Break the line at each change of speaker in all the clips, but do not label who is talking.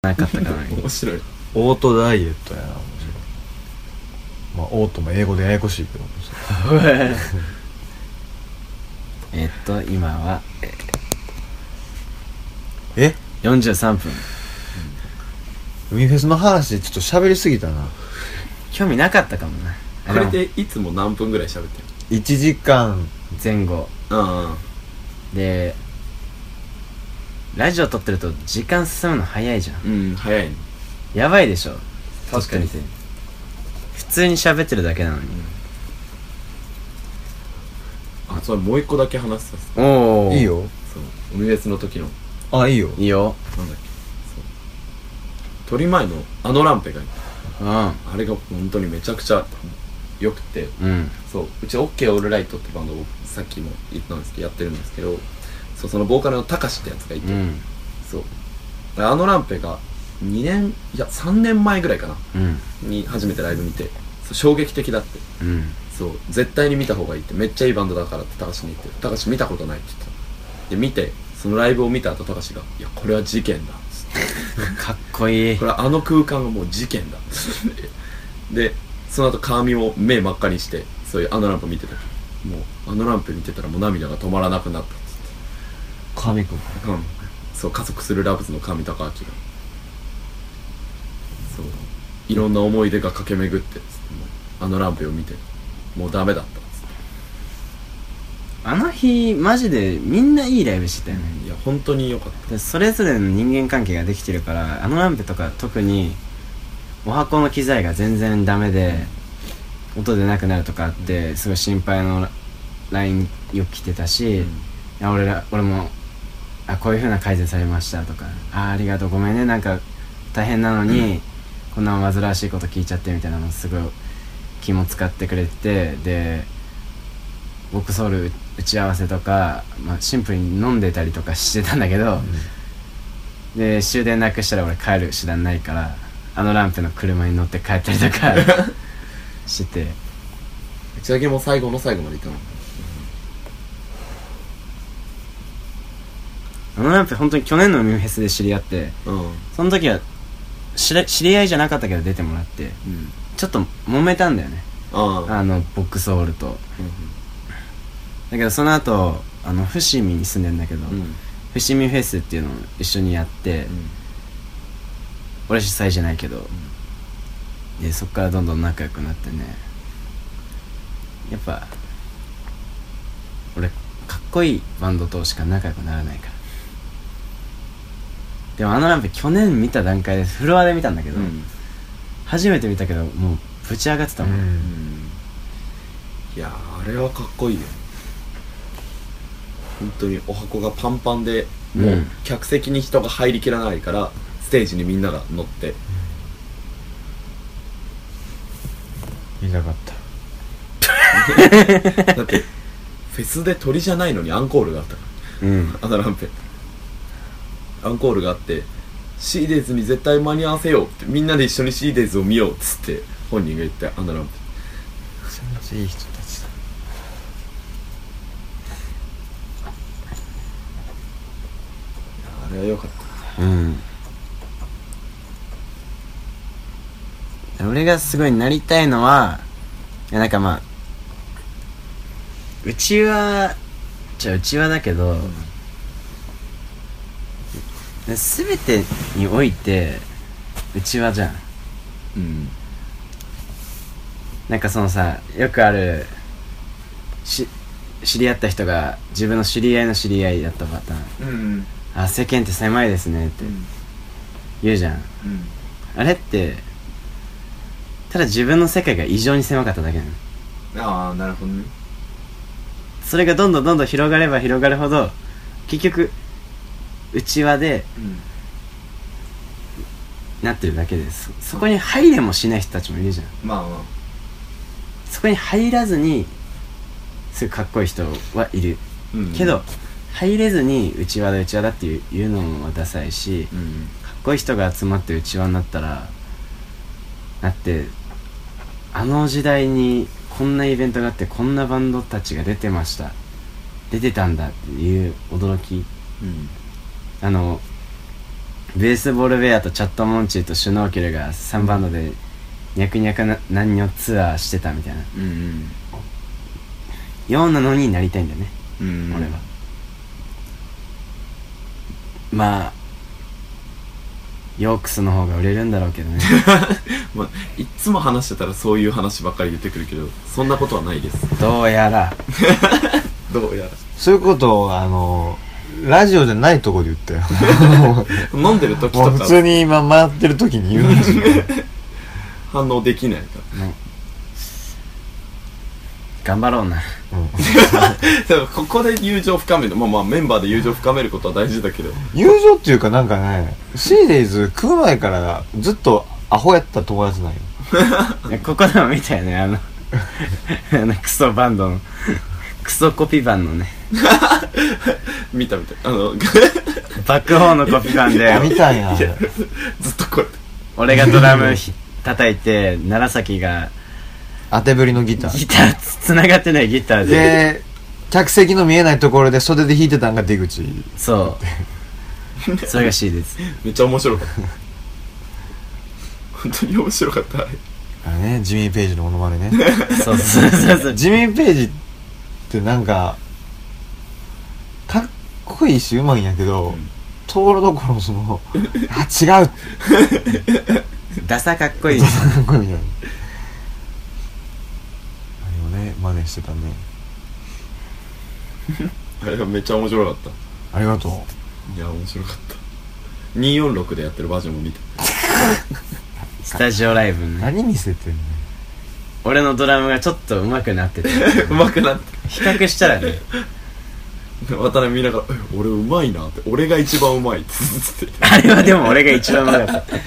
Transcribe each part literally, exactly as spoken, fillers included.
なかったかな
面白い。
オートダイエットやな。面白い。まあオートも英語でややこしいけど
えっと今は
え
よんじゅうさんぷん。
海フェスの話ちょっと喋りすぎたな。
興味なかったかもな。
これでいつも何分ぐらい喋ってる？
いちじかん
前後
うん
で、ラジオ撮ってると時間進むの早いじゃん。
うん早いね。
やばいでしょ。
確かに
撮ってみて普通に喋ってるだけなのに、
あ、それもう一個だけ話させて。
おお
いい。よ。
そう海フェスの時の
あ、いいよ。
いいよ。
なんだっけ、そう撮り前のあのランペが
うん
あれが本当にめちゃくちゃ良くて、
うん
そううち OK オールライトってバンドをさっきも言ったんですけどやってるんですけど、そうそのボーカルのたかしってやつがいて、
うん
そうあのランペがにねんいやさんねんまえぐらいかな
うん
に初めてライブ見て、そう衝撃的だって、
うん
そう絶対に見た方がいいって、めっちゃいいバンドだからってたかしに言って、たかし見たことないって言ったで、見てそのライブを見た後たかしがいやこれは事件だっつって
かっこいい。
これはあの空間がもう事件だっつってでその後鏡も目真っ赤にしてそういうあのランプ見てた、もうあのランプ見てたらもう涙が止まらなくなったっつって
神くん。
うんそう加速するラブズの神高明がそういろんな思い出が駆け巡ってつって、もうあのランプを見てもうダメだったっつって、
あの日マジでみんないいライブしてたよね。
いや本当に良かった。
でそれぞれの人間関係ができてるから、あのランプとか特にお箱の機材が全然ダメで音出なくなるとかあって、すごい心配の ライン よく来てたし、いや俺ら俺もあこういう風な改善されましたとか、あありがとうごめんねなんか大変なのに、うん、こんな煩わしいこと聞いちゃってみたいなのすごい気も使ってくれて、で僕ソウル打ち合わせとか、まあ、シンプルに飲んでたりとかしてたんだけど、うん、で終電なくしたら俺帰る手段ないからあのランプの車に乗って帰ったりとかしてて
打ち上げも最後の最後までいたの。
あのランプ本当に去年のミュンフェスで知り合って、
うん、
その時は知り、知り合いじゃなかったけど出てもらって、うん、ちょっと揉めたんだよね、あ, あのボックスホールと、うんうん、だけどその後あの伏見に住んでんだけど、うん、伏見フェスっていうのを一緒にやって、うん、俺主催じゃないけど、うん、でそっからどんどん仲良くなってね、やっぱ俺かっこいいバンドとしか仲良くならないから。でもあのランプ去年見た段階でフロアで見たんだけど、うん、初めて見たけどもうぶち上がってたもん、うん、
いやあれはかっこいいよ本当に。お箱がパンパンでもう客席に人が入りきらないからステージにみんなが乗って、
見たかった
だってフェスで鳥じゃないのにアンコールがあったから、うん、あのランペアンコールがあって シーデイズ に絶対間に合わせようってみんなで一緒に シーデイズ を見ようっつって本人が言って、あのランペ
めちゃめちゃいい人たちだ。
あれは良かった。
うん俺がすごいなりたいのは、いやなんかまあうちはじゃあうちはだけど、うん、全てにおいてうちはじゃん、うん、なんかそのさよくあるし知り合った人が自分の知り合いの知り合いだったパターン、うん、あ世間って狭いですねって言うじゃん、うん、あれってただ自分の世界が異常に狭かっただけなの。
ああなるほどね。
それがどんどんどんどん広がれば広がるほど結局内輪で、うん、なってるだけです。そこに入れもしない人たちもいるじゃん。
まあまあ
そこに入らずにすぐかっこいい人はいる、うんうん、けど入れずに内輪だ内輪だっていうのもダサいし、うんうん、かっこいい人が集まって内輪になったらだってあの時代にこんなイベントがあってこんなバンドたちが出てました出てたんだっていう驚き、うん、あのベースボールベアとチャットモンチーとシュノーケルがさんバンドでニャクニャクな何をツアーしてたみたいな
うんうん
ようなのになりたいんだよね、
うんうん
俺は。まあヨークスの方が売れるんだろうけどね
まあ、いっつも話してたらそういう話ばっかり出てくるけどそんなことはないです。
どうやら
どうやら
そういうことをあのラジオじゃないとこで言ったよ
飲んでる時とか
もう普通に今回ってる時に言うんですよ
反応できないか
ね頑張ろうな。
らでもここで友情深める、まあまあメンバーで友情深めることは大事だけど
友情っていうかなんかねシーデイズ食う前からずっとアホやった友達なんよ
いやここでも見たよねあのあのクソバンドのクソコピバンのね
見た見たあの
バックホーンのコピバンで
見たんや
ずっとこうやって
俺がドラム叩いて楢崎が
当てぶりのギター
ギターつ繋がってないギターで
で客席の見えないところで袖で弾いてたんが出口
そうそれが C です。
めっちゃ面白かった本当に面白かったあれ
あれねジミー・ペイジのモノマネね
そうそうそうそう
ジミー・ペイジってなんかかっこいいしうまいんやけど、うん、ところどころそのあ違う
ダサかっこいい
ダサかっこいいみたいなあれをね真似してたね
あれがめっちゃ面白かった
ありがとう。
いや面白かったにひゃくよんじゅうろくでやってるバージョンも見た
スタジオライブね。
何見せてんの。
俺のドラムがちょっと上手くなってて
上手くなって
比較したらね
渡辺見ながら「俺上手いな」って「俺が一番上手い」ってずっと言って
あれはでも俺が一番上手かった、うん、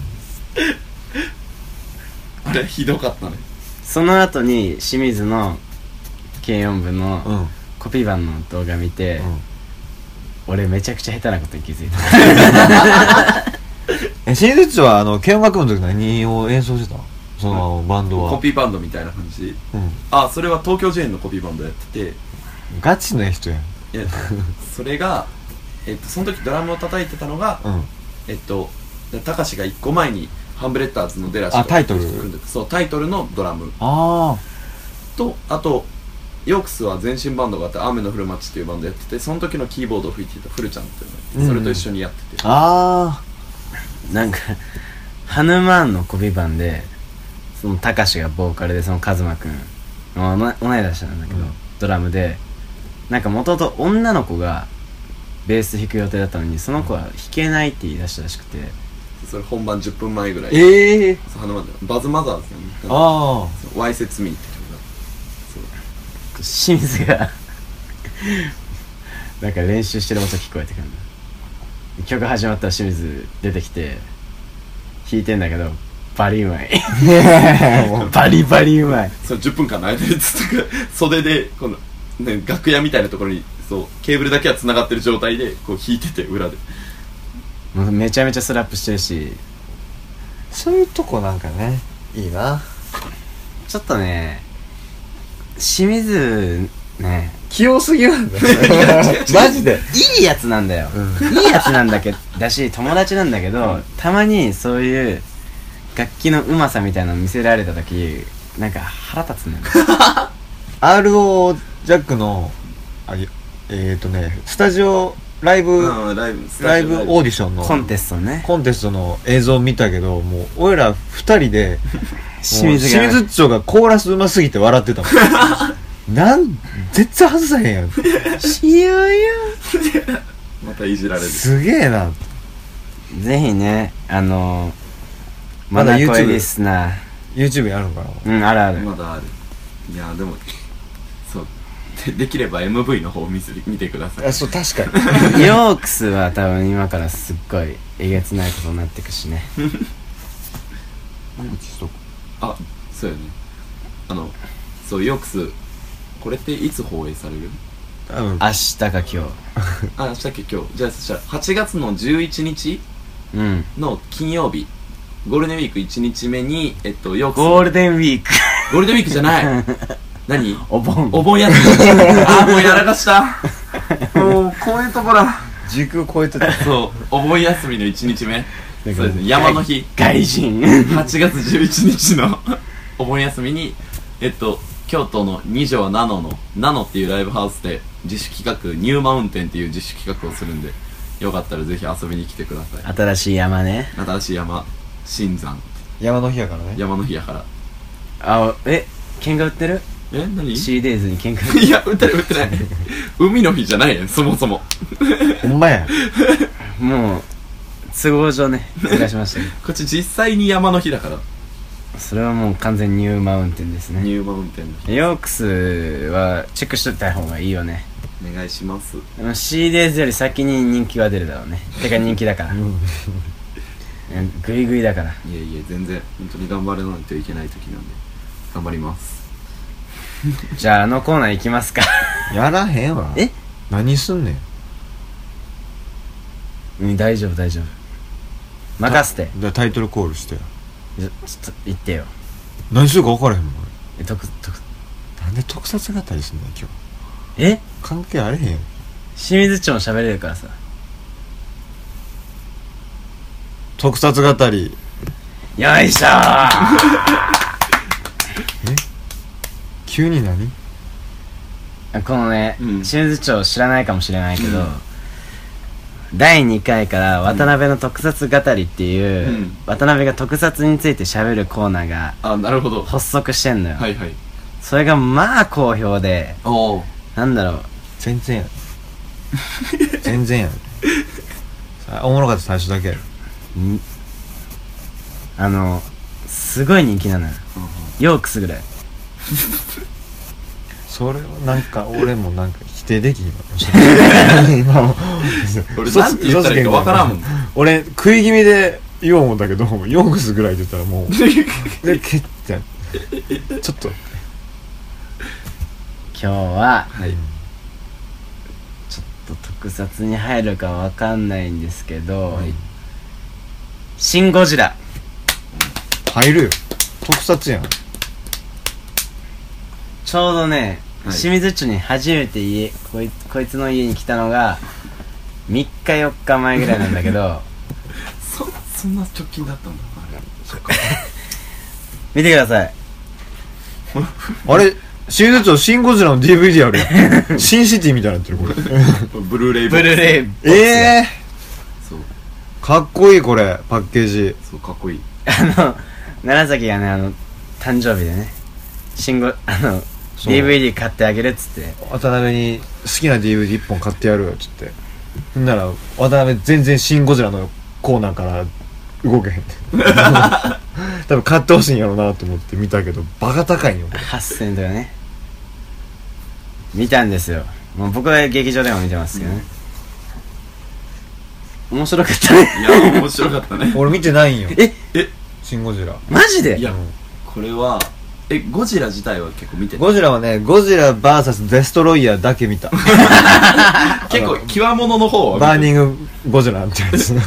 あれひどかったね。
その後に清水の軽音部のコピー版の動画見て、うん、俺めちゃくちゃ下手なことに気づいた
え、新絶はあの軽音楽部の時何を演奏してたの？そのバンドは
コピーバンドみたいな感じ、うん、あ、それは東京ジェーンのコピーバンドやってて
ガチの人やん。
いやそれが、えっと、その時ドラムを叩いてたのが、うん、えっとたかしがいっこまえにハンブレッダーズの出らしと
あタイトル
そうタイトルのドラム
あ
とあとヨークスは前身バンドがあって雨の降る街っていうバンドやっててその時のキーボードを吹いていたフルちゃんっていうのがいて、うん、それと一緒にやってて
あ
あなんかハヌマーンのコピー版でそのたかしがボーカルでそのカズマくん同い年なんだけど、うん、ドラムでなんか元々女の子がベース弾く予定だったのにその子は弾けないって言い出したらしくて、
それ本番じゅっぷんまえぐらい
ええー、
そうバズマザーズね
あ
あわいせつみって曲が
そう清水がなんか練習してる音聞こえてくるの曲始まったら清水出てきて弾いてんだけどバリうまいバリバリうまい
それじゅっぷんかんの間でずっと袖でこの、ね、楽屋みたいなところにそうケーブルだけは繋がってる状態でこう弾いてて裏で
もうめちゃめちゃスラップしてるし
そういうとこなんかねいいな。
ちょっとね清水ね
器用すぎなんだよマジで
いいやつなんだよ、うん、いいやつなんだけどだし友達なんだけど、うん、たまにそういう楽器のうまさみたいなの見せられた時なんか腹立つね
アールオー ジャックのあえーとねスタジオライブ、
うん、ライブ
ライブオーディションの
コンテストね
コンテストの映像を見たけどもう俺ら二人で
清水が
清水っちょがコーラスうますぎて笑ってたもんなん絶対外さへんやん
しようよ
またいじられる
すげえな。
ぜひねあの
まだ YouTube
まだ声リスナー
YouTube やるのかな。
うんあるある
まだある。いやでもそうで, できれば エムブイ の方を 見, 見てください。
あそう確かに
ヨークスは多分今からすっごいえげつないことになってくしね
あそうよねあのそうヨークスこれっていつ放映される？
多分明日か今日
あ明日か今日じゃあそしたらはちがつのじゅういちにちの金曜日、うん、ゴールデンウィークいちにちめにえっとヨークス
ゴールデンウィーク
ゴールデンウィークじゃない何
お盆
お盆やってあーもうやらかしたもうこういうところ
時空超えてた
そうお盆休みのいちにちめそうですね山の日
外人
はちがつじゅういちにちのお盆休みにえっと京都の二条ナノのナノっていうライブハウスで自主企画ニューマウンテンっていう自主企画をするんでよかったらぜひ遊びに来てください。
新しい山ね。
新しい山新山
山の日やからね。
山の日やから。
あ、え、喧嘩売ってる？
え、何？
シーデイズに喧嘩売ってる？
いや売ってない売ってない海の日じゃないやんそもそも
ほんまや
もう都合上ねずらしましたけど
こっち実際に山の日だから
それはもう完全にニューマウンテンですね。
ニューマウンテンの日。
ヨークスはチェックしといた方がいいよね。
お願いします。
でも シーデイズ より先に人気は出るだろうね。てか人気だからグイグイだから。
いえいえ全然本当に頑張らないといけない時なんで頑張ります
じゃああのコーナー行きますか
やらへんわ。
え、
何すんねん。
うん、大丈夫大丈夫、任せて。
じゃあタイトルコールしてよ。
ちょっと言ってよ。
何するか分からへんもん
え、特特
俺。なんで特撮語りすんの今日。
え、
関係あれへんよ。
清水町も喋れるからさ。
特撮語り。
よいしょー
急に何？
このね、
うん、
清水町知らないかもしれないけど、うん、だいにかいから渡辺の特撮語りっていう、うん、渡辺が特撮について喋るコーナーが
あ、なるほど
発足してんのよ。
はいはい。
それがまあ好評で、
お
なんだろう、
全然やる全然やるおもろかった最初だけやる。
んあのすごい人気なのよ、うん、ヨークスぐらい
それはなんか俺もなんか否定できひんわ今も
俺なんて言ったらいいか分からんもん
俺食い気味で言おう思ったけどヨークスぐらいで言ったらもうでけってちょっと
今日は、
はい、
ちょっと特撮に入るか分かんないんですけど、はい、シン・ゴジラ
入るよ。特撮やん。
ちょうどね、
はい、
清水町に初めて家こい、こいつの家に来たのがみっかよっかまえぐらいなんだけど
そ, そんな直近だったんだあれ。そっか
見てください
あれ清水町シン・ゴジラの ディーブイディー あるやんシンシティみたいになってるこれ
ブルーレイ
ブルーレイボックス。
ええ
ー、そう
かっこいいこれパッケージ。
そうかっこいい。
あの楢崎がね、あの誕生日でね、シンゴあの ディーブイディー 買ってあげるっつって
渡辺に好きな ディーブイディーいっぽん買ってやるよっつって、ほんなら渡辺全然シン・ゴジラのコーナーから動けへん多分買ってほしいんやろうなと思って見たけどバカ高いんよこれ。
はっせんえんとかね見たんですよ。もう僕は劇場でも見てますけどね、うん、面白かったね。
いや面白かったね
俺見てないんよ。
え
え
シン・ゴジラ
マジで？
いや、うん、これはえゴジラ自体は結構見てた。
ゴジラはね、ゴジラ ブイエス デストロイヤーだけ見た
結構極物の方は
バーニングゴジラみたいなやつ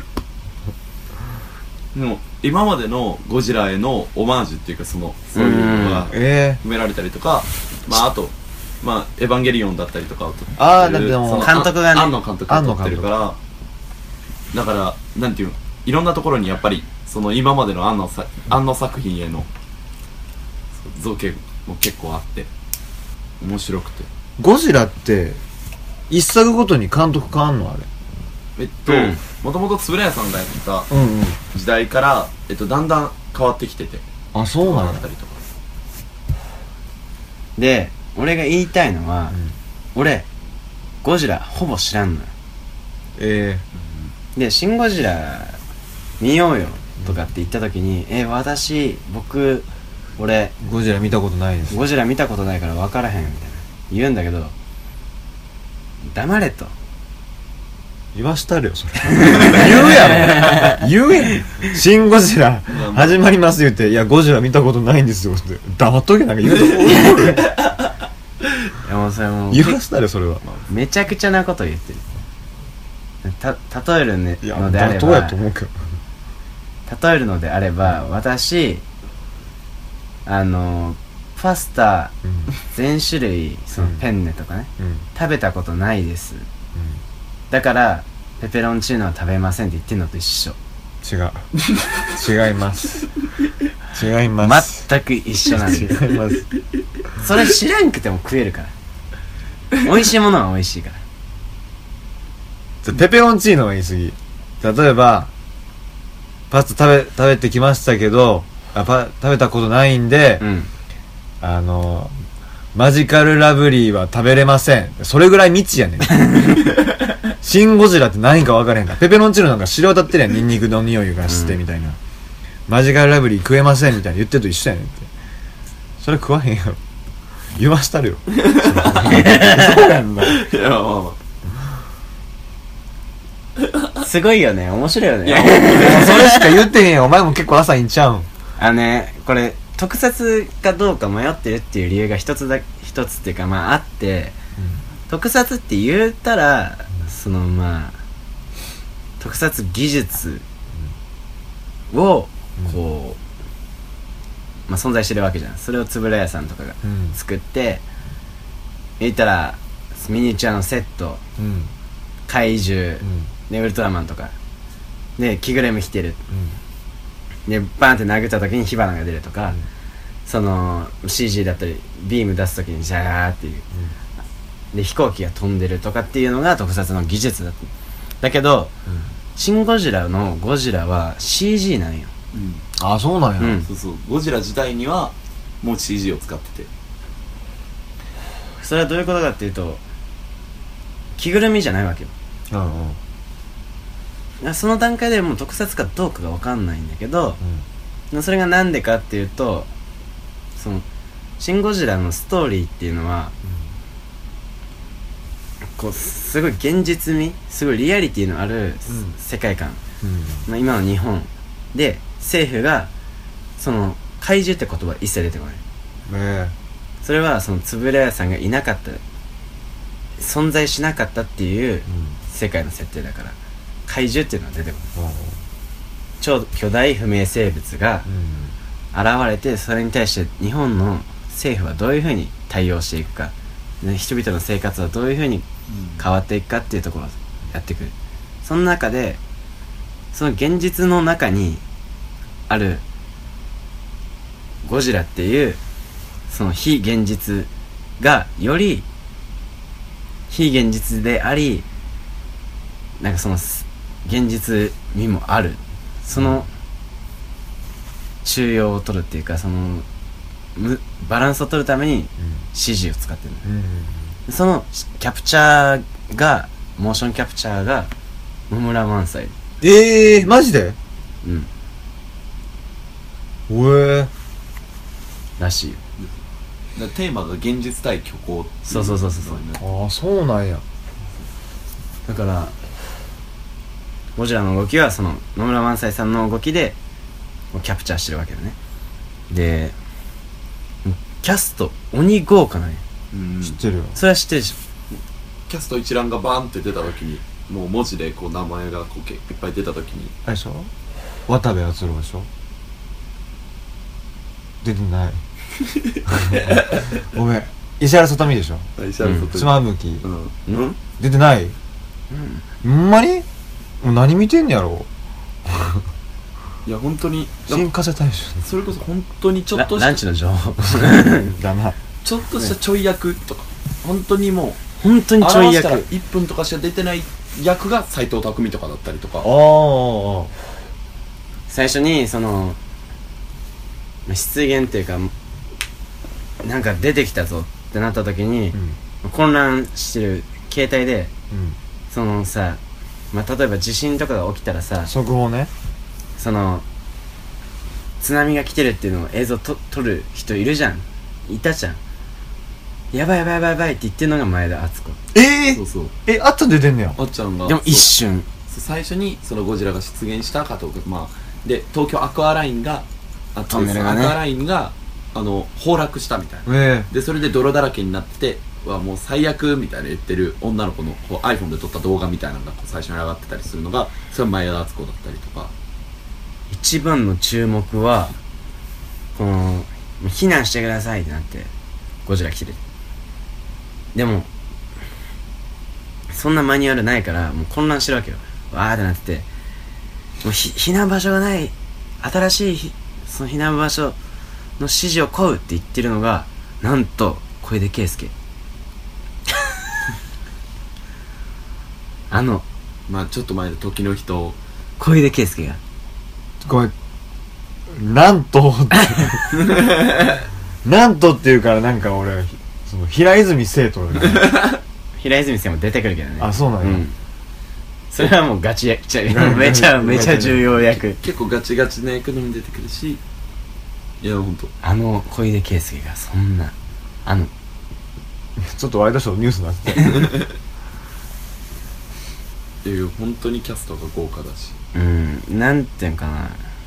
でも今までのゴジラへのオマージュっていうかそのそういうのが
え
埋められたりとか、まああとまあエヴァンゲリオンだったりとか
あーだってでも
監督がね、
庵野監督が撮ってるからだからなんていうのいろんなところにやっぱりその今までの庵野さ庵野作品への造形も結構あって面白くて。
ゴジラって一作ごとに監督変わんのあれ？
えっともともと円谷さんがやってた
うんうん
時代から、えっと、だんだん変わってきてて、
あ、そうなんだ
ったりとか
で、俺が言いたいのは、うん、俺ゴジラほぼ知らんのよ。
え
えー、で、シン・ゴジラ見ようよとかって言った時に、うん、え私僕俺
ゴジラ見たことないです。
ゴジラ見たことないから分からへんみたいな言うんだけど、黙れと
言わしたるよそれ言うやろ言うやんシン・ゴジラ始まります言って、いやゴジラ見たことないんですよって黙っとけなんか言うとおるい
やもうそれもう
言わしたるよそれは。
めちゃくちゃなこと言ってる。た例えるのであれば、
どうやと思うけど
例えるのであれば、私あのパスタ、うん、全種類そのペンネとかね、うん、食べたことないです、うん、 だからペペロンチーノは食べませんって言ってんのと一緒。
違う違います違います
全く一緒なんで
違います
それ知らんくても食えるから美味しいものは美味しいから。
ペペロンチーノは言い過ぎ。例えばパスタ食べ食べてきましたけどあパ食べたことないんで、
うん、
あのマジカルラブリーは食べれません。それぐらい未知やねんシンゴジラって何か分からへんから。ペペロンチーノなんか知れ渡ってるやん、ニンニクの匂いがしてみたいな、うん、マジカルラブリー食えませんみたいな言ってると一緒やねんって。それ食わへんやろ。言わしたるよそうやんな。いやまあま
あすごいよね、面白いよね。いや
それしか言ってへんよ。お前も結構朝いんちゃうん。
あのね、これ特撮かどうか迷ってるっていう理由が一つだ一つっていうかまああって、うん、特撮って言ったら、うん、そのまあ特撮技術をこう、まあ、存在してるわけじゃん。それを円谷さんとかが作って、うん、言ったらミニチュアのセット、うん、怪獣、うん、でウルトラマンとかで着ぐるみ着てる、うん、でバーンって殴った時に火花が出るとか、うん、その シージー だったりビーム出す時にジャーっていう、うん、で飛行機が飛んでるとかっていうのが特撮の技術だった。だけど、うん、シン・ゴジラのゴジラは シージー なんよ、
うん、ああそうなんや、うん、
そうそう、ゴジラ自体にはもう シージー を使ってて、
それはどういうことかっていうと着ぐるみじゃないわけよ。
うん
うん、その段階でもう特撮かどうかが分かんないんだけど、うん、それがなんでかっていうと、そのシン・ゴジラのストーリーっていうのは、うん、こうすごい現実味、すごいリアリティのある、うん、世界観、うんまあ、今の日本で政府がその怪獣って言葉一切出てこない、
ね、
それはその円谷さんがいなかった存在しなかったっていう世界の設定だから、怪獣っていうのは出てこない、うん、超巨大不明生物が現れて、それに対して日本の政府はどういうふうに対応していくか、人々の生活はどういうふうに変わっていくかっていうところをやってくる。その中でその現実の中にあるゴジラっていうその非現実がより非現実であり、なんかその現実にもある、その中庸を取るっていうか、そのバランスを取るために シージー を使ってる、うんうん、そのキャプチャーがモーションキャプチャーが野村萬斎。
ええー、マジで？
うん
おえー
らしいよ。
だテーマが現実対虚構。
そうそうそうそう。
ああそうなんや。
だからゴジラの動きはその野村萬斎さんの動きでキャプチャーしてるわけだね。でキャスト鬼豪華なんや。
うん、知ってるよ。
それは知ってるでしょ。
キャスト一覧がバーンって出た時にもう文字でこう名前がこういっぱい出た時に
あれでしょ、渡部篤郎でしょ。出てないごめん、石原さとみでしょ。
石原さとみ、
妻夫木、
うんうん、
出てない、うん、ほんまにもう何見てんねやろ
いや本当に
新風大将、
それこそ本当にちょっとした
ランチの情報
だな、
ちょっとしたちょい役とか、ね、本当にもう
本当にちょい役
いっぷんとかしか出てない役が斎藤工とかだったりとか、
あ
最初にその出現っていうかなんか出てきたぞってなった時に、うん、混乱してる携帯で、うん、そのさ、まあ、例えば地震とかが起きたらさ、
速報ね、
その津波が来てるっていうのを映像と撮る人いるじゃん、いたじゃん。やばいやばいやばいやばいって言ってるのが前田敦子。
えー、
そうそう、
えあっちゃん出てんねや。
あっちゃんが
でも一瞬
最初にそのゴジラが出現したかとか、まあで東京アクアラインがあ
トンネルがね、
アクアラインがあの崩落したみたいな、
えー、
でそれで泥だらけになってはもう最悪みたいな言ってる女の子のこう iPhone で撮った動画みたいなのがこう最初に上がってたりするのが、それは前田敦子だったりとか。
一番の注目はこの避難してくださいってなってゴジラ来てる。でもそんなマニュアルないからもう混乱してるわけよ。わーってなってて、もうひ避難場所がない、新しいひその避難場所の指示を請うって言ってるのがなんと小出圭介あの
まあちょっと前の時の人
小出圭介が
ごめん、なんとってなんとっていうからなんか俺その平泉聖とか、ね、
平泉さんも出てくるけどね。
あ、そうなんや、うん、
それはもうガチやちゃめちゃめちゃ重要役、
結構ガチガチな役にも出てくるし、いやほんと
あの小出圭介がそんなあの
ちょっとワイドショーニュースになって
いや本当にキャストが豪華だし、
うん、なんていうんかな、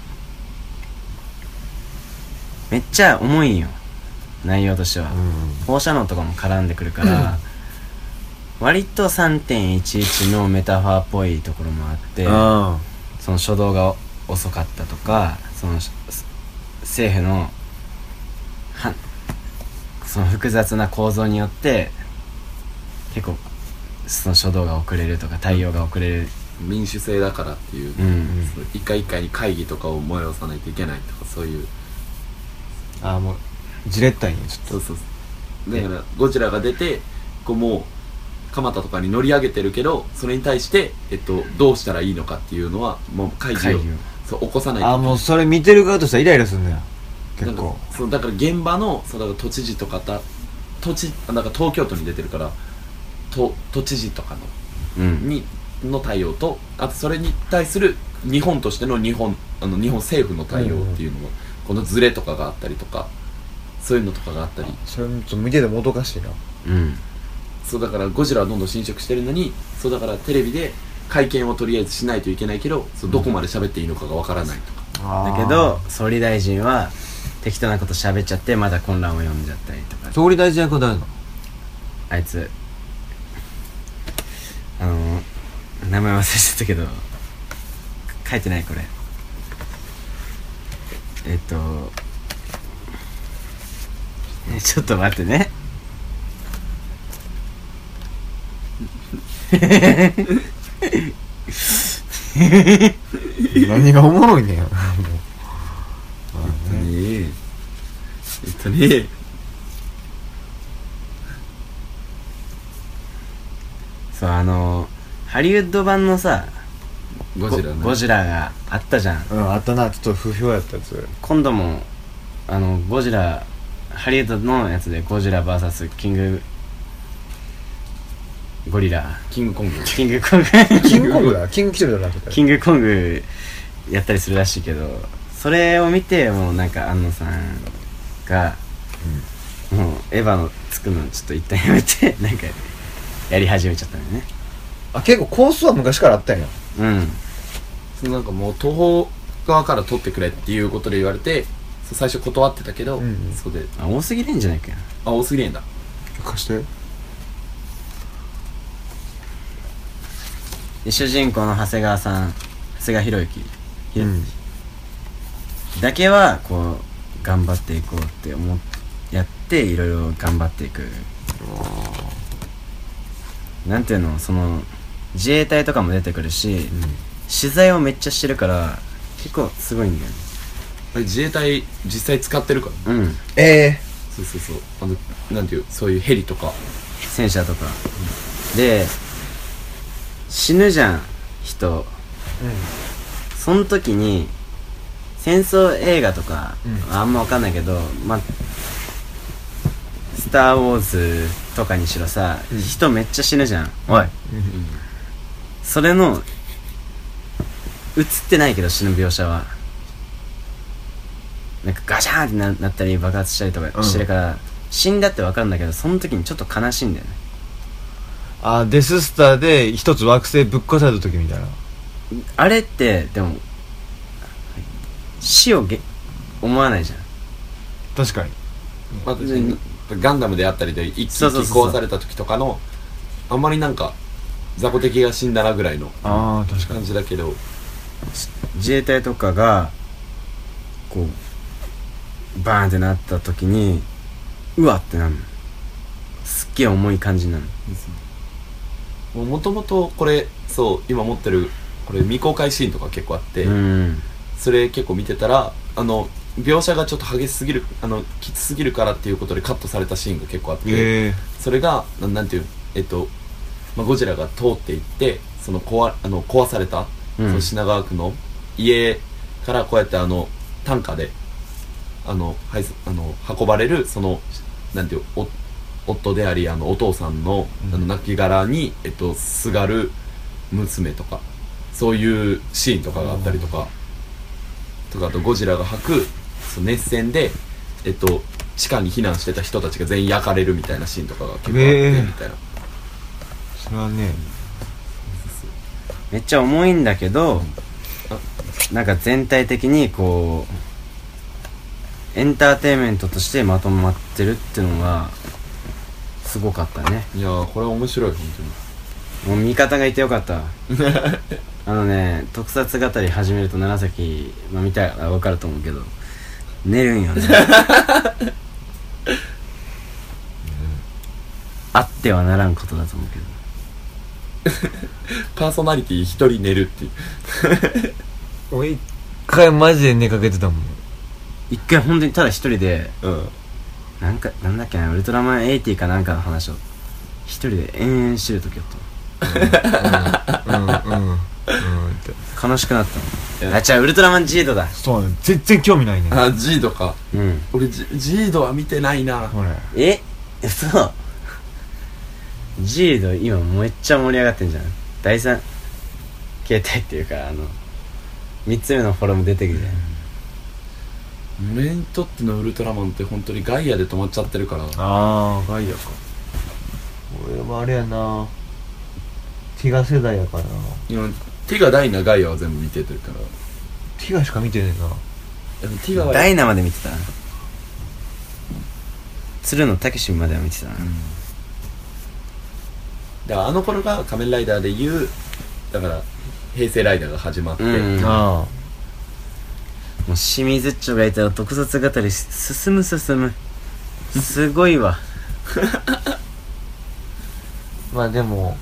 めっちゃ重いんよ内容としては、うん、放射能とかも絡んでくるから、うん、割と さんてんいちいち のメタファーっぽいところもあって、その初動が遅かったとか、その政府のはその複雑な構造によって結構その初動が遅れるとか対応が遅れる、
民主制だからっていう、うんうん、一回一回に会議とかを催さないといけないとか、そういう、
ああもうじれったいんやちょっと。
そうそうそう、だからゴジラが出てこうもう蒲田とかに乗り上げてるけど、それに対して、えっと、どうしたらいいのかっていうのはもう会議をそう起こさないと。
ああもうそれ見てる側としたらイライラするんだよ結構。
そうだから現場のそうだから都知事とかた都知なんか東京都に出てるから都都知事とかの、うん、にの対応と、あとそれに対する日本としての日本あの日本政府の対応っていうのも、うん、このズレとかがあったりとか、そういうのとかがあったり、
それちょっと見ててもどかしいな。
うん。
そうだからゴジラはどんどん侵食してるのに、そうだからテレビで会見をとりあえずしないといけないけど、そうどこまで喋っていいのかがわからないとか、
うん、だけど総理大臣は適当なこと喋っちゃってまだ混乱を読んじゃったりとか。
総理大臣役は誰なの？
あいつあの名前忘れちゃったけど書いてないこれ。えっとえちょっと待ってね
何がおもろいねん。もう
えっとねえっとね
そうあのハリウッド版のさ
ゴジラ、ね、
ゴジラがあったじゃん。
うんあったな。ちょっと不評やったやつ。
今度もあのゴジラハリウッドのやつでゴジラ ブイエス キングゴリラ
キングコング
キングコング
キングコングだキングキチョルだなとか
キングコングやったりするらしいけど、それを見てもうなんか安野さんが、うん、もうエヴァの作るのちょっと一旦やめてなんかやり始めちゃったんだよね。
あ結構コースは昔からあったんや。
うん。
そのなんかもう東宝側から撮ってくれっていうことで言われて、最初断ってたけど、うんうん、それで
あ多すぎるんじゃないかな。
あ多すぎるんだ。
貸して。
主人公の長谷川さん、長谷川博之、うん、だけはこう頑張っていこうって思ってやっていろいろ頑張っていく。なんていうの、その自衛隊とかも出てくるし、うん、取材をめっちゃしてるから結構すごいんだよね。
あれ自衛隊実際使ってるから、
うん、
ええ
ー、そうそうそう、あのなんていうそういうヘリとか
戦車とか、うん、で死ぬじゃん人、うん、その時に戦争映画とか、うん、あんま分かんないけど、まあスター・ウォーズとかにしろさ、うん、人めっちゃ死ぬじゃん。おい、うん、それの映ってないけど死ぬ描写はなんかガシャーンって な, なったり爆発したりとかしてるから、うん、死んだって分かるんだけどその時にちょっと悲しいんだよね。
あデススターで一つ惑星ぶっ壊された時みたいな。
あれってでも死をげ思わないじゃん。
確かに、
まあ、ガンダムであったりで一気に壊された時とかのあんまりなんか雑魚敵が死んだなぐらいの感じだけど、
自衛隊とかがこうバーンってなった時にうわってなるの。すっげえ重い感じになるの。
もともとこれそう今持ってるこれ未公開シーンとか結構あって、
うん、
それ結構見てたらあの描写がちょっと激しすぎるあのきつすぎるからっていうことでカットされたシーンが結構あって、
えー、
それがななんていうえっと、まあ、ゴジラが通っていってその壊あの壊された、うん、その品川区の家からこうやってあの担架であの、はい、あの運ばれるそのなんていうお夫でありあのお父さんの、うん、あの亡骸に、えっと、すがる娘とかそういうシーンとかがあったりとか、とかあとゴジラが吐くその熱線で、えっと、地下に避難してた人たちが全員焼かれるみたいなシーンとかが結構あってみたいな、
それはね
めっちゃ重いんだけど、うん、なんか全体的にこうエンターテインメントとしてまとまってるっていうのがすごかったね。
いやーこれ面白い本
当に。もう味方がいてよかったあのね特撮語り始めると楢崎、まあ、見たら分かると思うけど寝るんよねあってはならんことだと思うけど
パーソナリティ一人寝るっていう
俺一回マジで寝かけてたもん。
一回本当にただ一人で、
うん、
なんかなんだっけなウルトラマンはちじゅうかなんかの話を一人で延々してる時あったうんうんうんうんうん悲しくなったの。あ、違うウルトラマンジードだ。
そうね全然興味ないね。
あジードか。
うん
俺ジ, ジードは見てないな。
えそうジード今めっちゃ盛り上がってんじゃん。だいさん形態っていうかあのみっつめのフォルム出てきて、
うん、俺にとってのウルトラマンって本当にガイアで止まっちゃってるから。
あーガイアか。俺はあれやなティガ世代やからな。
今ティガダイナガイアは全部見ててるから。
ティガしか見てねえな。
でもティガは
ダイナまで見てた。鶴野武までは見てたな、うん、
だからあの頃が仮面ライダーでいうだから平成ライダーが始まって、
うん、
ああ
もう清水っちょがいたら特撮語り進む進むすごいわ
まあでも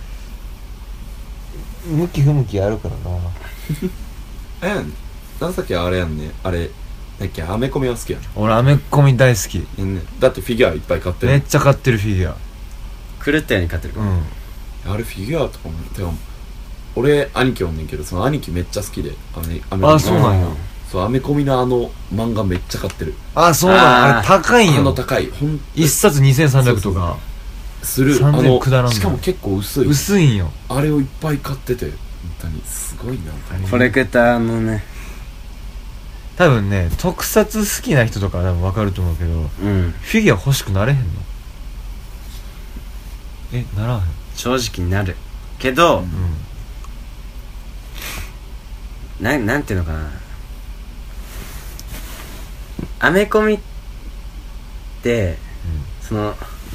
向き不向きあるからな
えなんさっきあれやんねあれだっけアメコミは好きやん。
俺アメコミ大好き、
ね、だってフィギュアいっぱい買ってる。
めっちゃ買ってるフィギュア
狂ったように買ってるから、うん、
あれフィギュアとかもてか俺兄貴おんねんけどその兄貴めっちゃ好きでアメアメ
あそうなんや。
そうアメコミのあの漫画めっちゃ買ってる。
あそうなんあれ高いんよ。
あの高いほん
一冊にせんさんびゃくとか
する。
さんぜんくだらんの
しかも結構薄い
薄いんよ。
あれをいっぱい買ってて本当にすごいな。
コレクターのね
多分ね特撮好きな人とかは多分分かると思うけど、うん、フィギュア欲しくなれへんの？えならへん。
正直になるけど、うん、な, なんていうのかなアメコミって、うん、その、うん、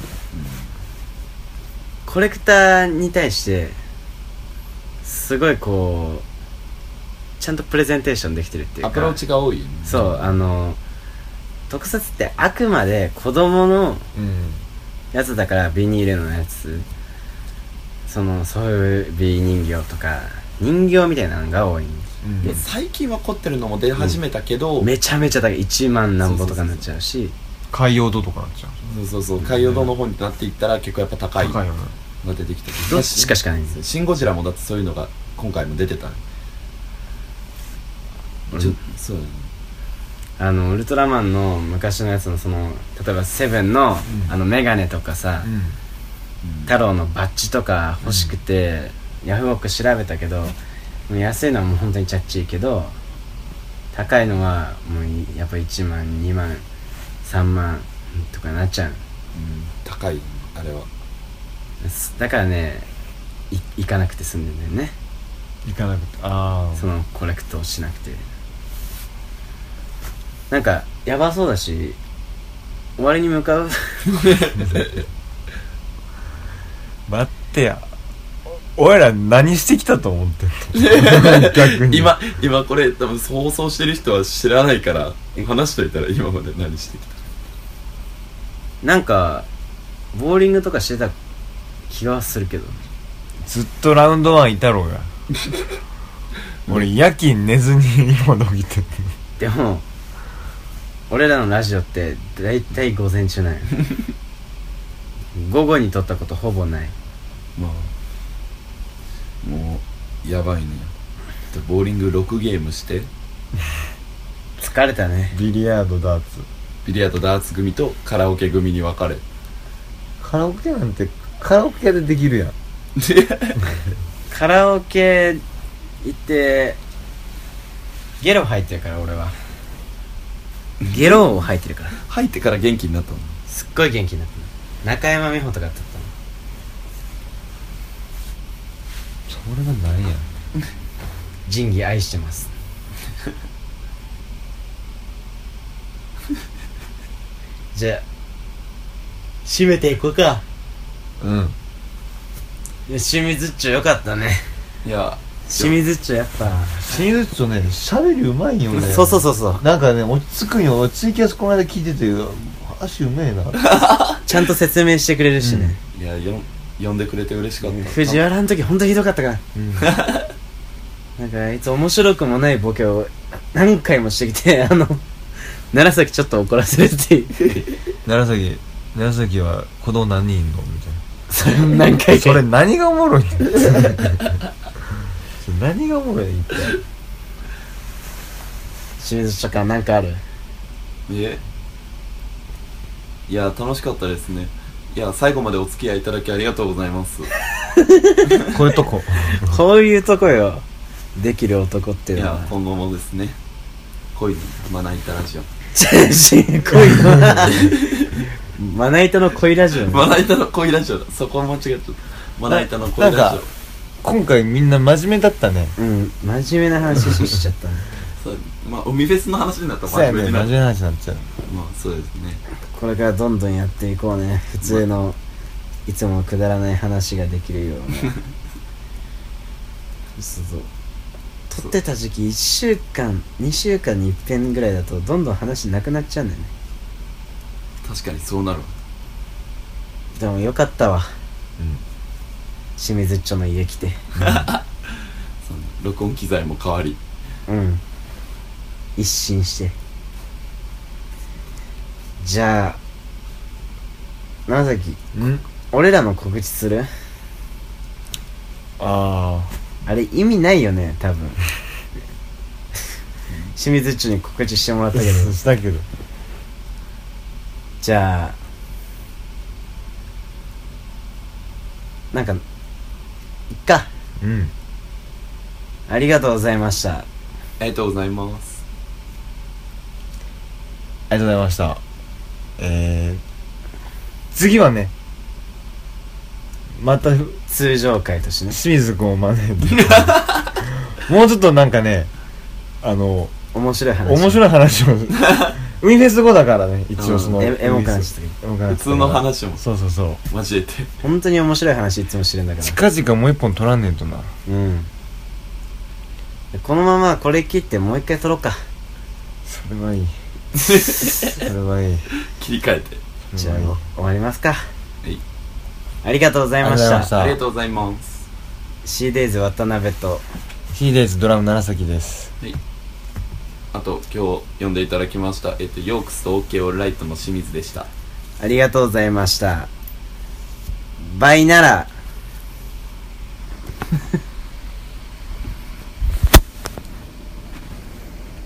コレクターに対してすごいこうちゃんとプレゼンテーションできてるっていうか
アプローチが多いよね。
そうあの特撮ってあくまで子供のやつだからビニールのやつそのそういうビ人形とか人形みたいなのが多いんです、
うん、で最近は凝ってるのも出始めたけど、
うん、めちゃめちゃ高いいちまんなんぼとかになっちゃうし
海洋堂とかなっちゃ
う。そうそうそう海洋堂の方になっていったら結構やっぱ高い
高いよね
が出てきて
どっちかしかないんですよ。
シン・ゴジラもだってそういうのが今回も出てた、うん、ちょそうだね
あのウルトラマンの昔のやつのその例えばセブンの、うん、あのメガネとかさ、うん、太郎のバッジとか欲しくて、うん、ヤフオク調べたけど安いのはもう本当にチャッチーけど高いのはもうやっぱいちまんにまんさんまんとかなっちゃう、うん、
高いあれは
だからねい行かなくて済んでんだよね。
行かなくてああ
そのコレクトをしなくてなんかやばそうだし終わりに向かう
待ってや俺ら何してきたと思ってんの逆に
今今これ多分放送してる人は知らないから話しといたら今まで何してきた。
なんかボーリングとかしてた気はするけど
ずっとラウンドワンいたろうが俺夜勤寝ずに今起きてる。
でも俺らのラジオってだいたい午前中なんよ午後に撮ったことほぼない。
まあもうやばいね。ボーリングろくゲームして
疲れたね。
ビリヤードダーツ
ビリヤードダーツ組とカラオケ組に分かれ。
カラオケなんてカラオケでできるやん。
カラオケ行ってゲロ入ってるから俺はゲロを吐いてるから
入ってから元気になったの。
すっごい元気になったの。中山美穂とかだったの。
それが何や
仁義愛してますじゃあ締めていこうか。
うん
清水っちょよかったね。
いや
清水っちょやっぱ
清水っちょね喋りうまいよね。
そうそうそうそう
なんかね落ち着くんよ。ツイキャスこの間聞いてて話うめえな
ちゃんと説明してくれるしね、
いやよ呼んでくれて嬉しかった。
藤原の時ほんとひどかったから、
うん、
なんかあいつ面白くもないボケを何回もしてきてあの楢崎ちょっと怒らせるっていう
楢崎楢崎は子供何人いんのみたいな。
それも何回か
それ何がおもろいんだよそれ何がおもろいんだよ。
清水とかなんかある？
えいや楽しかったですね。いや最後までお付き合いいただきありがとうございます
こういうとこ
こういうとこよできる男っていうのは。
いや今後もですね恋にまな板ラジオ
恋のまな板の恋ラジオ、ね、
まな板の恋ラジオだ。そこ間違っちゃった。まな板の恋ラジオ。
なんか今回みんな真面目だったね。
うん真面目な話しちゃったね
そうまあ海フェスの話になったら
そうやね真面目
になる。
な話になっちゃう。
まあそうですね。
これからどんどんやっていこうね。普通のいつもくだらない話ができるようなそうそう撮ってた時期いっしゅうかんにしゅうかんに一遍ぐらいだとどんどん話なくなっちゃうんだよね。
確かにそうなるわ。
でもよかったわ、
うん、
清水っちょの家来て、うん、
その録音機材も変わり
うん一新して。じゃあ長崎
ん
俺らの告知する？
あ
あれ意味ないよね多分清水っちょに告知してもらったけど
したけど
じゃあなんかいっか。
うん
ありがとうございました。
ありがとうございます。
ありがとうございました。えー、次はねまた
通常回としてね
清水君を招いてもうちょっとなんかねあの
面白い話
面白い話を海フェス後だからね一応その、
うん、エモく話してる
普通の話も
そうそうそう
交えて
本当に面白い話いつもしてるんだから
近々もう一本取らんねんとな。
うんこのままこれ切ってもう一回撮ろうか。
それはいいそれはいい
切り替えて
じゃあ終わりますか。
はい
ありがとうございました。
した
ありがとうございます。
シーデイズ 渡辺と
ヒーデイズドラム楢崎です。
はいあと今日呼んでいただきましたえっとヨークスと OK オールライトの清水でした。
ありがとうございました。バイなら